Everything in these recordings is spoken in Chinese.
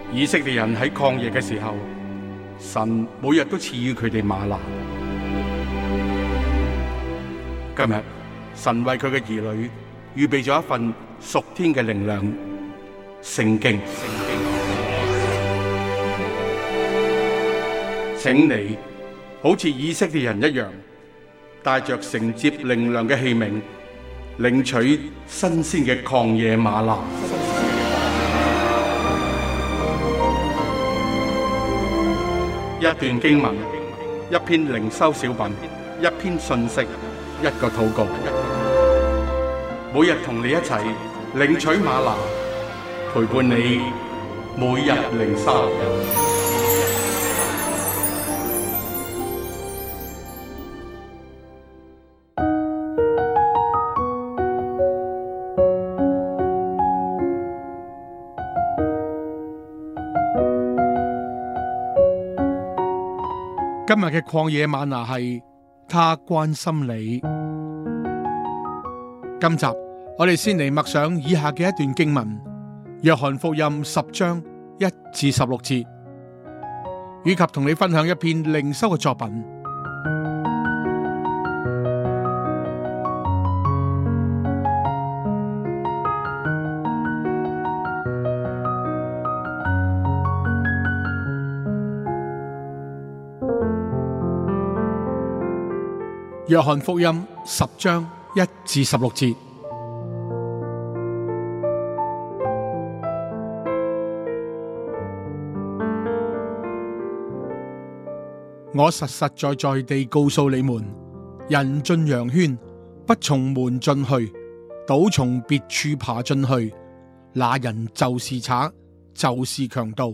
以色列人喺曠野嘅時候，神每日都賜予佢哋嗎哪。今日神為佢嘅兒女預備咗一份屬天嘅靈糧——聖經。請你好似以色列人一樣，帶着承接靈糧嘅器皿，領取新鮮嘅曠野嗎哪。一段經文，一篇靈修小品，一篇信息，一個禱告。每日同你一齊領取嗎哪，陪伴你每日靈修。今日嘅曠野嗎哪係他關心你。今集我哋先嚟默想以下嘅一段經文：約翰福音10章1至16節，以及同你分享一篇靈修嘅作品。約翰福音10章1至16節，我實實在在地告訴你們，人進羊圈，不從門進去，倒從別處爬進去，那人就是賊，就是強盜。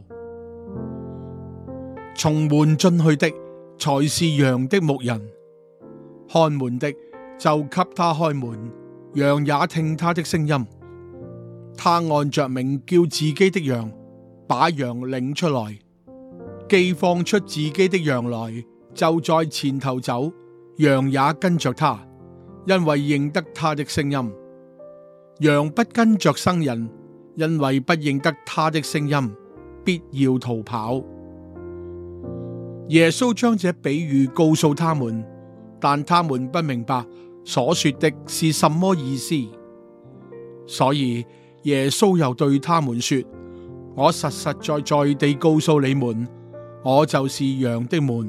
從門進去的，才是羊的牧人。看門的就給他開門，羊也聽他的聲音。他按着名叫自己的羊，把羊領出來，既放出自己的羊來，就在前頭走，羊也跟着他，因為認得他的聲音。羊不跟着生人，因為不認得他的聲音，必要逃跑。耶穌將這比喻告訴他們，但他們不明白所說的是什麼意思，所以耶穌又對他們說：我實實在在地告訴你們，我就是羊的門。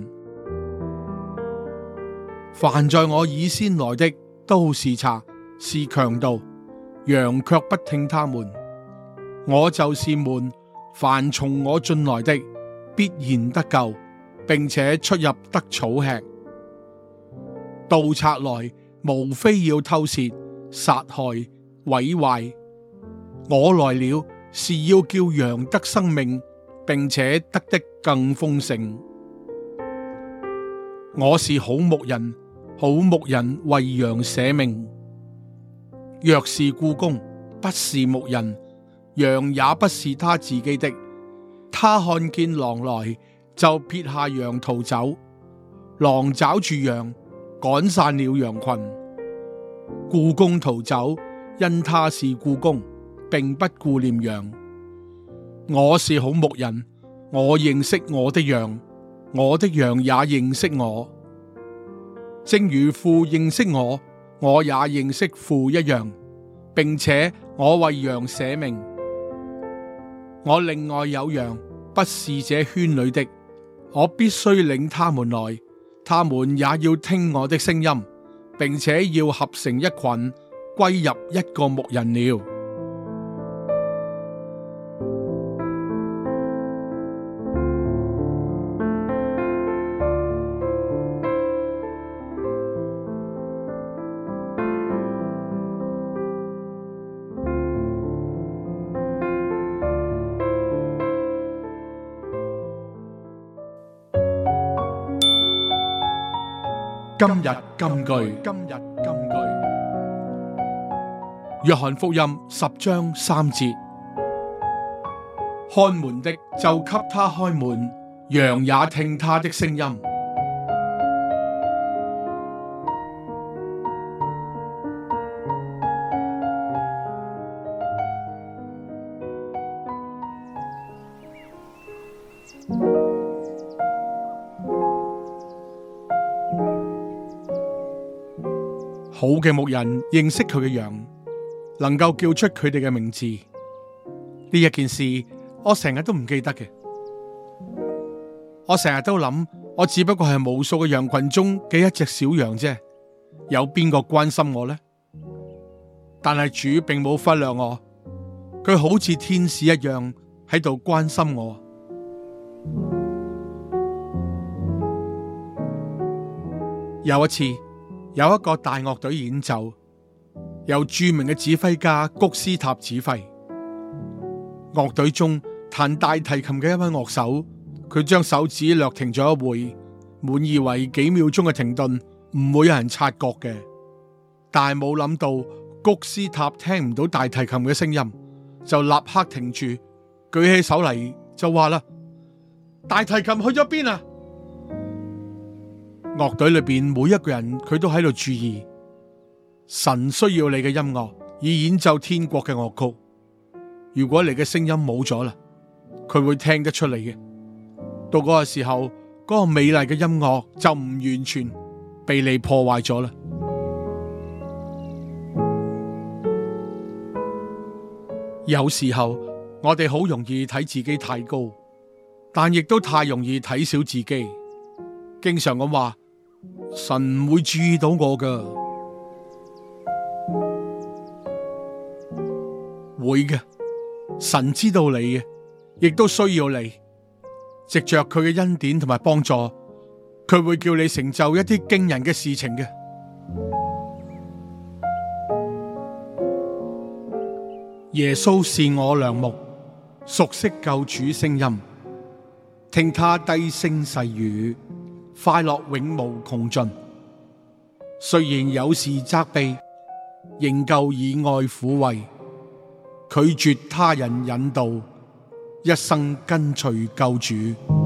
凡在我以先來的，都是賊，是強盜，羊卻不聽他們。我就是門，凡從我進來的，必然得救，並且出入得草吃。盜賊來，無非要偷竊、殺害、毀壞。我來了，是要叫羊得生命，並且得的更豐盛。我是好牧人，好牧人為羊捨命。若是雇工，不是牧人，羊也不是他自己的。他看見狼來，就撇下羊逃走。狼抓住羊，趕散了羊群。雇工逃走，因他是雇工，並不顧念羊。我是好牧人，我認識我的羊，我的羊也認識我。正如父認識我，我也認識父一樣，並且我為羊捨命。我另外有羊，不是這圈裏的，我必須領他們來，他們也要聽我的聲音，並且要合成一群，歸入一個牧人了。今日金句，約翰福音10章3節，看門的就給他開門，羊也聽他的聲音。 好嘅牧人認識佢嘅羊，能夠叫出佢哋嘅名字。呢一件事，我成日都唔記得嘅。我成日都諗，我只不過係無數嘅羊群中嘅一隻小羊啫，有邊個關心我呢？但係主並冇忽略我，佢好似天使一樣喺度關心我。有一次，有一個大樂隊演奏，由著名嘅指揮家谷斯塔指揮。樂隊中彈大提琴嘅一位樂手，佢將手指略停咗一會，滿以為幾秒鐘嘅停頓唔會有人察覺嘅。但係冇諗到谷斯塔聽唔到大提琴嘅聲音，就立刻停住，舉起手嚟就話啦：大提琴去咗邊啊？樂隊裏邊每一個人佢都喺度注意，神需要你嘅音樂以演奏天國嘅樂曲。如果你嘅聲音冇咗啦，佢會聽得出嚟嘅。到嗰個時候，嗰個美麗嘅音樂就唔完全被你破壞咗啦。有時候我哋好容易睇自己太高，但亦都太容易睇小自己。經常咁話，神唔會注意到我噶，會嘅。神知道你嘅，亦都需要你。藉着佢嘅恩典同埋幫助，佢會叫你成就一啲驚人嘅事情嘅。耶穌是我良牧，熟悉救主聲音，聽他低聲細語，快樂永無窮盡。雖然有時責備，仍舊以愛撫慰，拒絕他人引導，一生跟隨救主。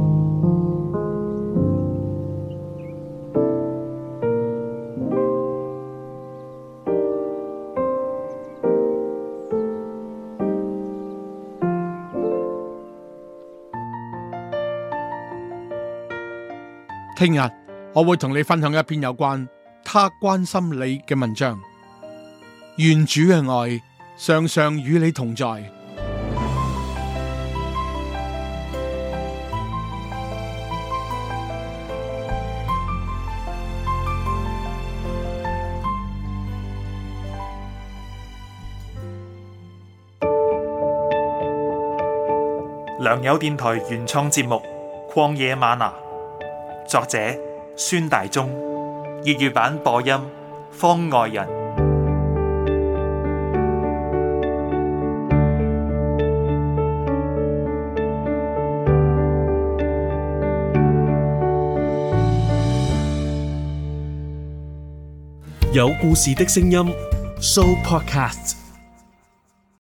聽日我會同你分享一篇有關他關心你嘅文章。願主嘅愛常常與你同在。 良友電台原創節目《曠野嗎哪》，作者孫大中，粵語版播音方外人。 有故事的聲音 Show Podcast。